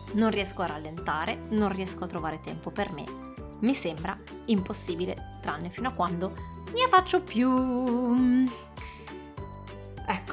non riesco a rallentare, non riesco a trovare tempo per me. Mi sembra impossibile, tranne fino a quando ne faccio più. Ecco,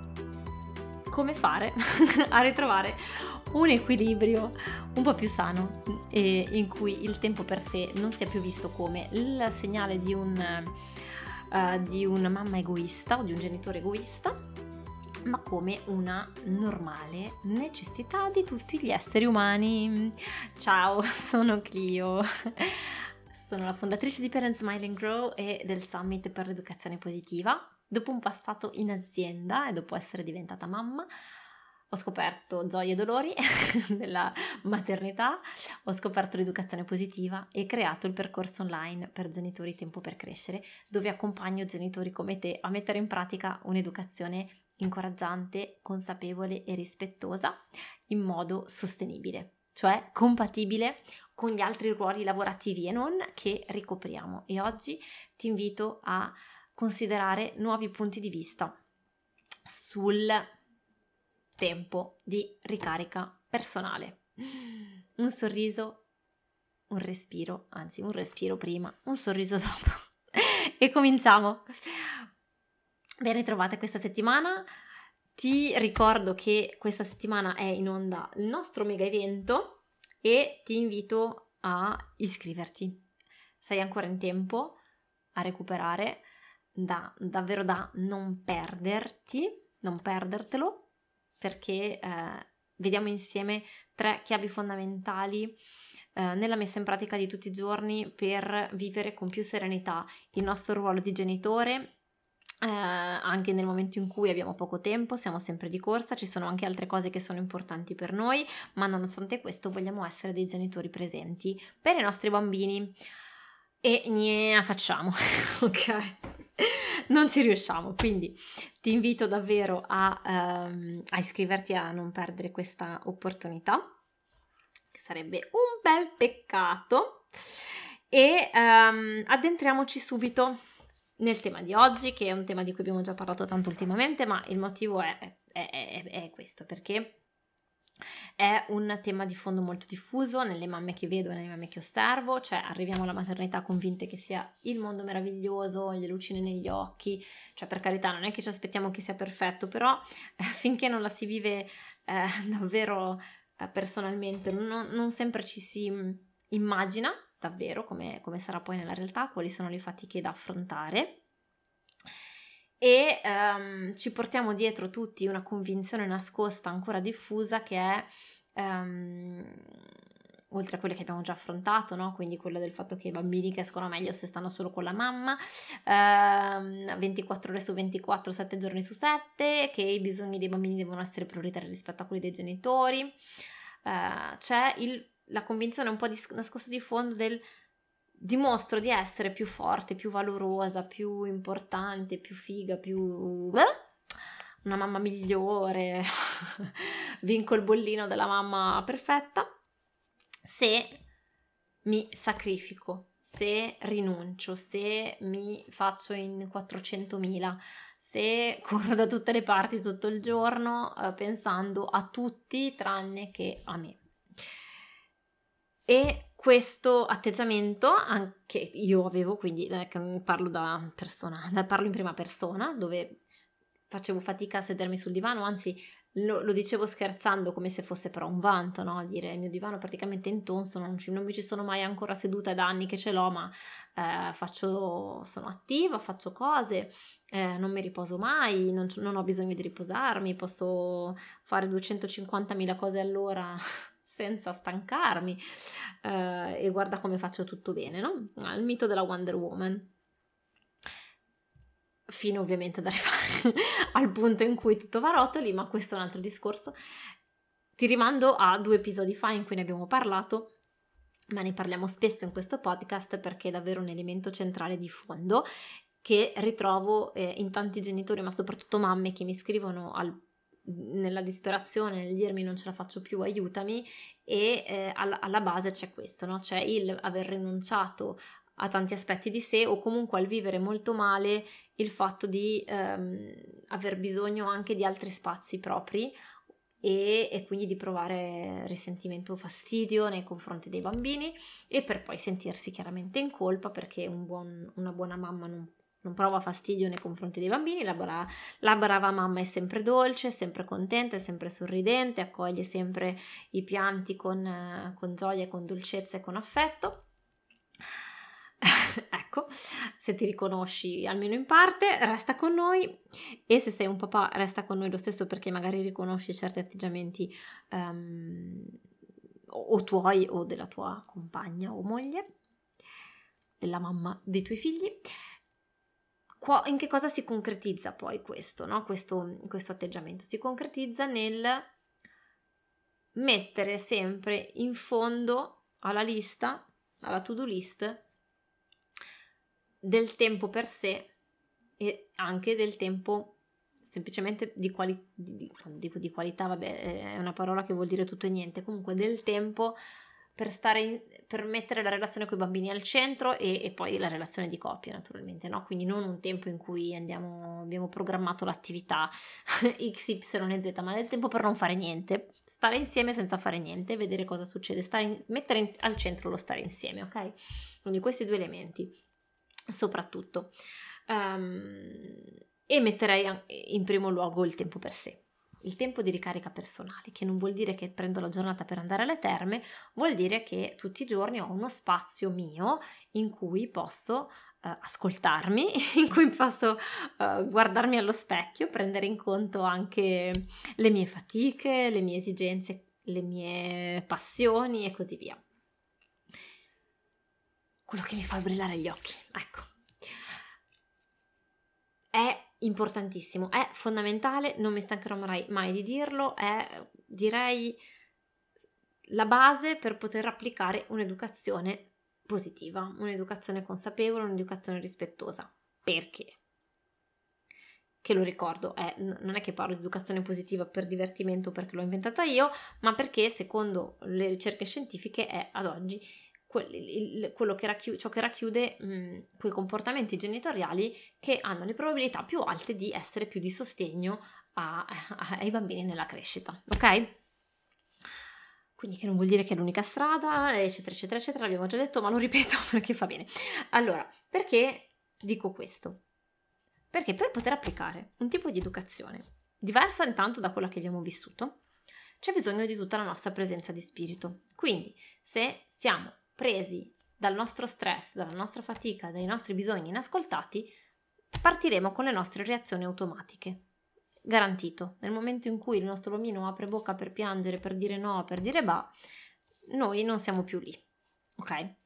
come fare a ritrovare un equilibrio un po' più sano in cui il tempo per sé non sia più visto come il segnale di una mamma egoista o di un genitore egoista, ma come una normale necessità di tutti gli esseri umani. Ciao, sono Clio, sono la fondatrice di Parent Smile and Grow e del Summit per l'educazione positiva. Dopo un passato in azienda e dopo essere diventata mamma, ho scoperto gioie e dolori della maternità, ho scoperto l'educazione positiva e creato il percorso online per genitori Tempo per Crescere, dove accompagno genitori come te a mettere in pratica un'educazione incoraggiante, consapevole e rispettosa in modo sostenibile, cioè compatibile con gli altri ruoli lavorativi e non che ricopriamo. E oggi ti invito a considerare nuovi punti di vista sul tempo di ricarica personale. Un sorriso, un respiro, anzi un respiro prima, un sorriso dopo e cominciamo. Ben ritrovate questa settimana. Ti ricordo che questa settimana è in onda il nostro mega evento e ti invito a iscriverti. Sei ancora in tempo a recuperare, davvero da non perdertelo, perché vediamo insieme 3 chiavi fondamentali nella messa in pratica di tutti i giorni per vivere con più serenità il nostro ruolo di genitore, anche nel momento in cui abbiamo poco tempo, siamo sempre di corsa, ci sono anche altre cose che sono importanti per noi, ma nonostante questo vogliamo essere dei genitori presenti per i nostri bambini e ne facciamo, ok? Non ci riusciamo, quindi ti invito davvero a iscriverti, a non perdere questa opportunità, che sarebbe un bel peccato, e addentriamoci subito nel tema di oggi, che è un tema di cui abbiamo già parlato tanto ultimamente, ma il motivo è questo, perché è un tema di fondo molto diffuso nelle mamme che vedo e nelle mamme che osservo, cioè arriviamo alla maternità convinte che sia il mondo meraviglioso, le lucine negli occhi, cioè per carità non è che ci aspettiamo che sia perfetto, però finché non la si vive davvero personalmente non sempre ci si immagina davvero come sarà poi nella realtà, quali sono le fatiche da affrontare. E ci portiamo dietro tutti una convinzione nascosta ancora diffusa che è, oltre a quelle che abbiamo già affrontato, no? Quindi quella del fatto che i bambini crescono meglio se stanno solo con la mamma, 24 ore su 24, 7 giorni su 7, che i bisogni dei bambini devono essere prioritari rispetto a quelli dei genitori, c'è la convinzione un po' nascosta di fondo del dimostro di essere più forte, più valorosa, più importante, più figa, più una mamma migliore, vinco il bollino della mamma perfetta se mi sacrifico, se rinuncio, se mi faccio in 400.000, se corro da tutte le parti tutto il giorno pensando a tutti tranne che a me. E questo atteggiamento anche io avevo, quindi parlo parlo in prima persona, dove facevo fatica a sedermi sul divano, anzi lo dicevo scherzando come se fosse però un vanto, no? Dire il mio divano è praticamente intonso, non mi ci sono mai ancora seduta, da anni che ce l'ho, ma sono attiva, faccio cose, non mi riposo mai, non ho bisogno di riposarmi, posso fare 250.000 cose all'ora senza stancarmi, e guarda come faccio tutto bene, no? Il mito della Wonder Woman, fino ovviamente ad arrivare al punto in cui tutto va a rotoli, ma questo è un altro discorso. Ti rimando a 2 episodi fa in cui ne abbiamo parlato, ma ne parliamo spesso in questo podcast perché è davvero un elemento centrale di fondo che ritrovo in tanti genitori, ma soprattutto mamme che mi scrivono nella disperazione, nel dirmi non ce la faccio più, aiutami, e alla base c'è questo, no? C'è il aver rinunciato a tanti aspetti di sé, o comunque al vivere molto male il fatto di aver bisogno anche di altri spazi propri e quindi di provare risentimento o fastidio nei confronti dei bambini, e per poi sentirsi chiaramente in colpa perché una buona mamma non prova fastidio nei confronti dei bambini. La brava mamma è sempre dolce, sempre contenta, è sempre sorridente, accoglie sempre i pianti con gioia, con dolcezza e con affetto. Ecco, se ti riconosci almeno in parte, resta con noi, e se sei un papà resta con noi lo stesso, perché magari riconosci certi atteggiamenti o tuoi o della tua compagna o moglie, della mamma dei tuoi figli. In che cosa si concretizza poi questo, no? Questo atteggiamento si concretizza nel mettere sempre in fondo alla lista, alla to-do list, del tempo per sé e anche del tempo semplicemente quando dico di qualità, vabbè, è una parola che vuol dire tutto e niente, comunque del tempo per mettere la relazione con i bambini al centro e poi la relazione di coppia, naturalmente, no? Quindi non un tempo in cui abbiamo programmato l'attività X, Y e Z, ma del tempo per non fare niente, stare insieme senza fare niente, vedere cosa succede, mettere al centro lo stare insieme, ok? Quindi questi due elementi soprattutto, e metterei in primo luogo il tempo per sé, il tempo di ricarica personale, che non vuol dire che prendo la giornata per andare alle terme, vuol dire che tutti i giorni ho uno spazio mio in cui posso ascoltarmi, in cui posso guardarmi allo specchio, prendere in conto anche le mie fatiche, le mie esigenze, le mie passioni e così via. Quello che mi fa brillare gli occhi, ecco. È importantissimo, è fondamentale, non mi stancherò mai di dirlo, è, direi, la base per poter applicare un'educazione positiva, un'educazione consapevole, un'educazione rispettosa. Perché? Che lo ricordo, non è che parlo di educazione positiva per divertimento perché l'ho inventata io, ma perché secondo le ricerche scientifiche è ad oggi ciò che racchiude quei comportamenti genitoriali che hanno le probabilità più alte di essere più di sostegno ai bambini nella crescita, ok? Quindi che non vuol dire che è l'unica strada, eccetera, eccetera, eccetera, l'abbiamo già detto, ma lo ripeto perché fa bene. Allora, perché dico questo? Perché per poter applicare un tipo di educazione diversa intanto da quella che abbiamo vissuto, c'è bisogno di tutta la nostra presenza di spirito. Quindi, se siamo presi dal nostro stress, dalla nostra fatica, dai nostri bisogni inascoltati, partiremo con le nostre reazioni automatiche. Garantito. Nel momento in cui il nostro bambino apre bocca per piangere, per dire no, per dire bah, noi non siamo più lì. Ok?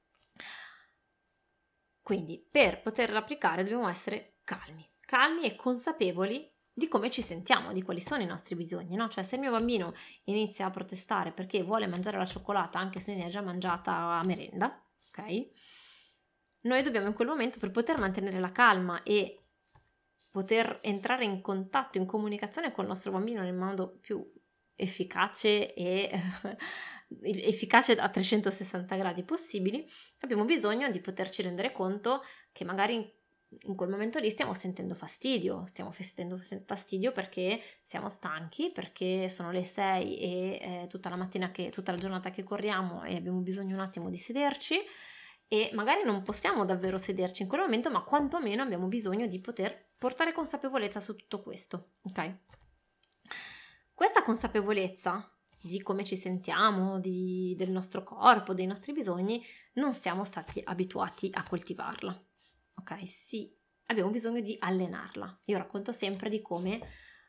Quindi, per poterla applicare dobbiamo essere calmi e consapevoli di come ci sentiamo, di quali sono i nostri bisogni, no? Cioè, se il mio bambino inizia a protestare perché vuole mangiare la cioccolata anche se ne ha già mangiata a merenda, ok? Noi dobbiamo in quel momento, per poter mantenere la calma e poter entrare in contatto, in comunicazione con il nostro bambino nel modo più efficace e efficace a 360 gradi possibili, abbiamo bisogno di poterci rendere conto che magari in quel momento lì stiamo sentendo fastidio perché siamo stanchi, perché sono le 6 e tutta la giornata che corriamo e abbiamo bisogno un attimo di sederci, e magari non possiamo davvero sederci in quel momento, ma quantomeno abbiamo bisogno di poter portare consapevolezza su tutto questo, ok? Questa consapevolezza di come ci sentiamo, del nostro corpo, dei nostri bisogni, non siamo stati abituati a coltivarla. Ok, sì, abbiamo bisogno di allenarla. Io racconto sempre di come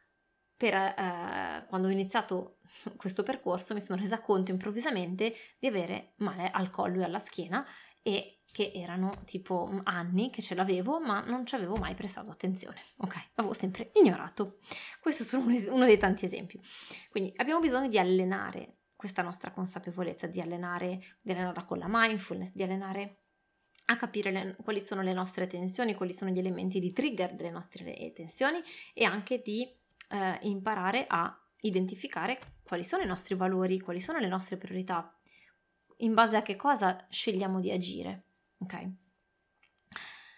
quando ho iniziato questo percorso mi sono resa conto improvvisamente di avere male al collo e alla schiena, e che erano tipo anni che ce l'avevo, ma non ci avevo mai prestato attenzione, ok? L'avevo sempre ignorato. Questo è solo uno dei tanti esempi. Quindi abbiamo bisogno di allenare questa nostra consapevolezza, di allenarla con la mindfulness, di allenare a capire quali sono le nostre tensioni, quali sono gli elementi di trigger delle nostre tensioni, e anche di imparare a identificare quali sono i nostri valori, quali sono le nostre priorità, in base a che cosa scegliamo di agire, ok?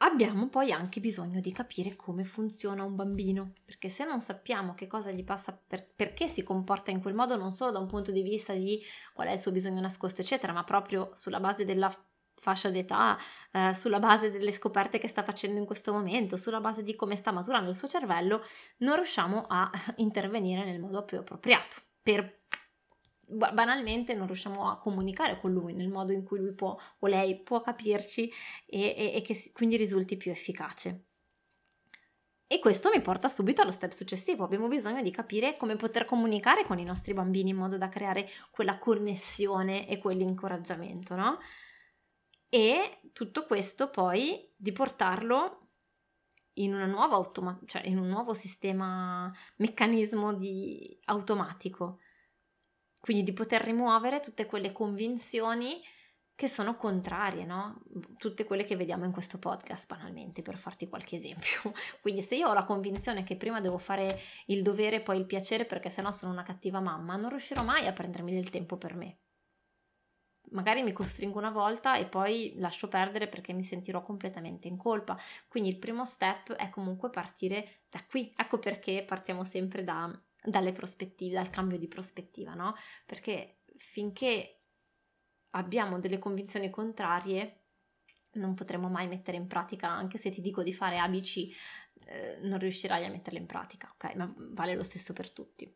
abbiamo poi anche bisogno di capire come funziona un bambino, perché se non sappiamo che cosa gli passa, perché si comporta in quel modo, non solo da un punto di vista di qual è il suo bisogno nascosto, eccetera, ma proprio sulla base della fascia d'età, sulla base delle scoperte che sta facendo in questo momento, sulla base di come sta maturando il suo cervello, non riusciamo a intervenire nel modo più appropriato. Banalmente non riusciamo a comunicare con lui nel modo in cui lui può o lei può capirci e che quindi risulti più efficace. E questo mi porta subito allo step successivo. Abbiamo bisogno di capire come poter comunicare con i nostri bambini in modo da creare quella connessione e quell'incoraggiamento, no? E tutto questo poi di portarlo in una nuova cioè in un nuovo sistema, meccanismo automatico. Quindi di poter rimuovere tutte quelle convinzioni che sono contrarie, no? Tutte quelle che vediamo in questo podcast, banalmente, per farti qualche esempio. Quindi se io ho la convinzione che prima devo fare il dovere e poi il piacere perché sennò sono una cattiva mamma, non riuscirò mai a prendermi del tempo per me. Magari mi costringo una volta e poi lascio perdere perché mi sentirò completamente in colpa. Quindi il primo step è comunque partire da qui. Ecco perché partiamo sempre dalle prospettive, dal cambio di prospettiva, no? Perché finché abbiamo delle convinzioni contrarie non potremo mai mettere in pratica, anche se ti dico di fare ABC, non riuscirai a metterle in pratica, ok? Ma vale lo stesso per tutti.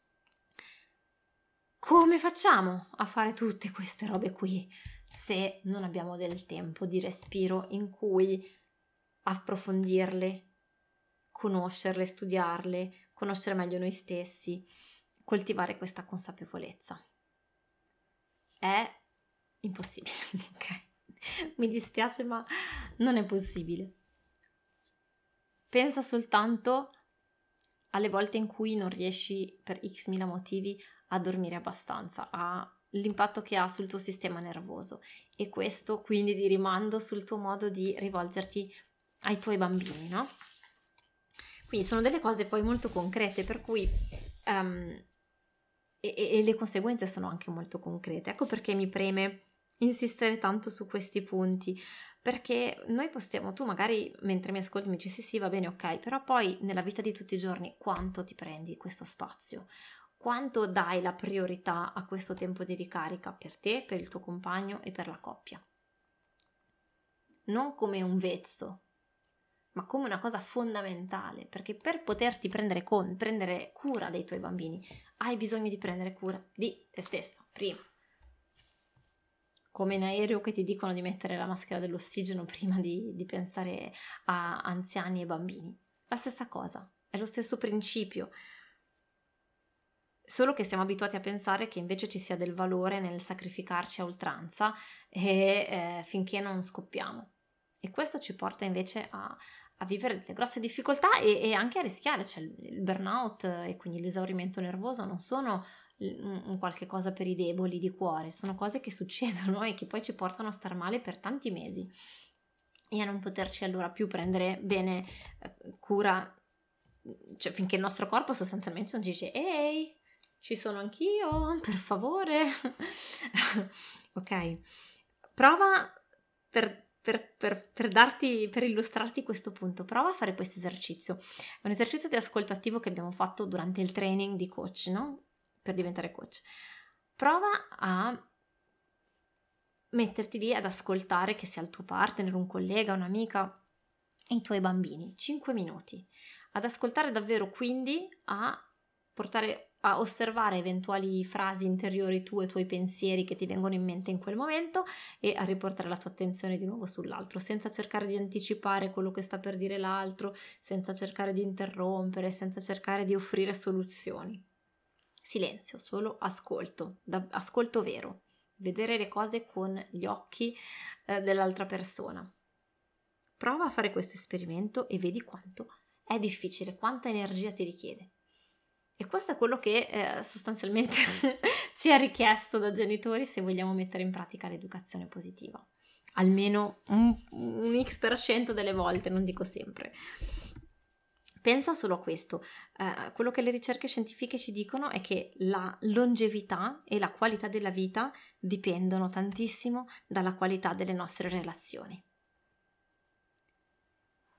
Come facciamo a fare tutte queste robe qui se non abbiamo del tempo di respiro in cui approfondirle, conoscerle, studiarle, conoscere meglio noi stessi, coltivare questa consapevolezza? È impossibile, ok? Mi dispiace, ma non è possibile. Pensa soltanto alle volte in cui non riesci per x mila motivi a dormire abbastanza, all'impatto che ha sul tuo sistema nervoso e questo quindi di rimando sul tuo modo di rivolgerti ai tuoi bambini, no? Quindi sono delle cose poi molto concrete, per cui e le conseguenze sono anche molto concrete. Ecco perché mi preme insistere tanto su questi punti, perché noi possiamo, tu magari mentre mi ascolti mi dici sì va bene, ok, però poi nella vita di tutti i giorni quanto ti prendi questo spazio? Quanto dai la priorità a questo tempo di ricarica per te, per il tuo compagno e per la coppia? Non come un vezzo, ma come una cosa fondamentale, perché per poterti prendere cura dei tuoi bambini hai bisogno di prendere cura di te stesso prima. Come in aereo che ti dicono di mettere la maschera dell'ossigeno prima di pensare a anziani e bambini. La stessa cosa, è lo stesso principio. Solo che siamo abituati a pensare che invece ci sia del valore nel sacrificarci a oltranza finché non scoppiamo. E questo ci porta invece a vivere delle grosse difficoltà e anche a rischiare, cioè il burnout e quindi l'esaurimento nervoso non sono un qualche cosa per i deboli di cuore, sono cose che succedono e che poi ci portano a star male per tanti mesi e a non poterci allora più prendere bene cura, cioè finché il nostro corpo sostanzialmente non dice ehi, ci sono anch'io, per favore. Ok, prova per illustrarti questo punto, prova a fare questo esercizio. È un esercizio di ascolto attivo che abbiamo fatto durante il training di coach, no? Per diventare coach. Prova a metterti lì ad ascoltare, che sia il tuo partner, un collega, un'amica, e i tuoi bambini, 5 minuti. Ad ascoltare davvero, quindi a osservare eventuali frasi interiori tue, tuoi pensieri che ti vengono in mente in quel momento e a riportare la tua attenzione di nuovo sull'altro, senza cercare di anticipare quello che sta per dire l'altro, senza cercare di interrompere, senza cercare di offrire soluzioni. Silenzio, solo ascolto, ascolto vero, vedere le cose con gli occhi dell'altra persona. Prova a fare questo esperimento e vedi quanto è difficile, quanta energia ti richiede. E questo è quello che sostanzialmente ci è richiesto da genitori se vogliamo mettere in pratica l'educazione positiva. Almeno un X% delle volte, non dico sempre. Pensa solo a questo. Quello che le ricerche scientifiche ci dicono è che la longevità e la qualità della vita dipendono tantissimo dalla qualità delle nostre relazioni.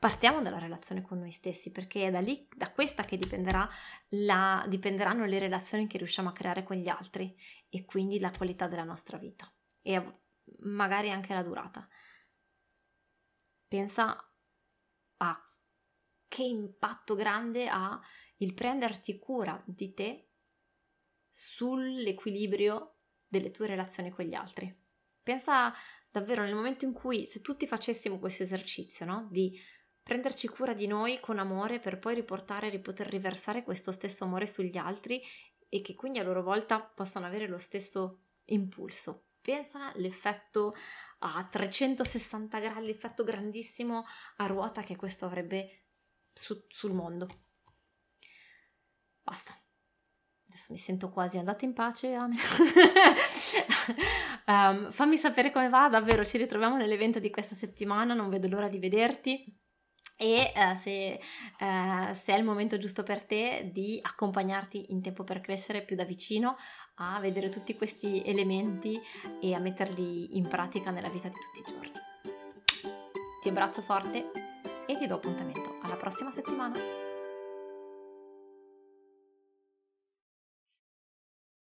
partiamo dalla relazione con noi stessi, perché è da questa che dipenderanno le relazioni che riusciamo a creare con gli altri e quindi la qualità della nostra vita e magari anche la durata. Pensa a che impatto grande ha il prenderti cura di te sull'equilibrio delle tue relazioni con gli altri. Pensa davvero nel momento in cui, se tutti facessimo questo esercizio, no? Di prenderci cura di noi con amore per poi poter riversare questo stesso amore sugli altri e che quindi a loro volta possano avere lo stesso impulso. Pensa all'effetto a 360 gradi, l'effetto grandissimo a ruota che questo avrebbe sul mondo. Basta. Adesso mi sento quasi andata in pace. Fammi sapere come va, davvero ci ritroviamo nell'evento di questa settimana, non vedo l'ora di vederti. E se è il momento giusto per te di accompagnarti in Tempo per Crescere più da vicino a vedere tutti questi elementi e a metterli in pratica nella vita di tutti i giorni. Ti abbraccio forte e ti do appuntamento alla prossima settimana.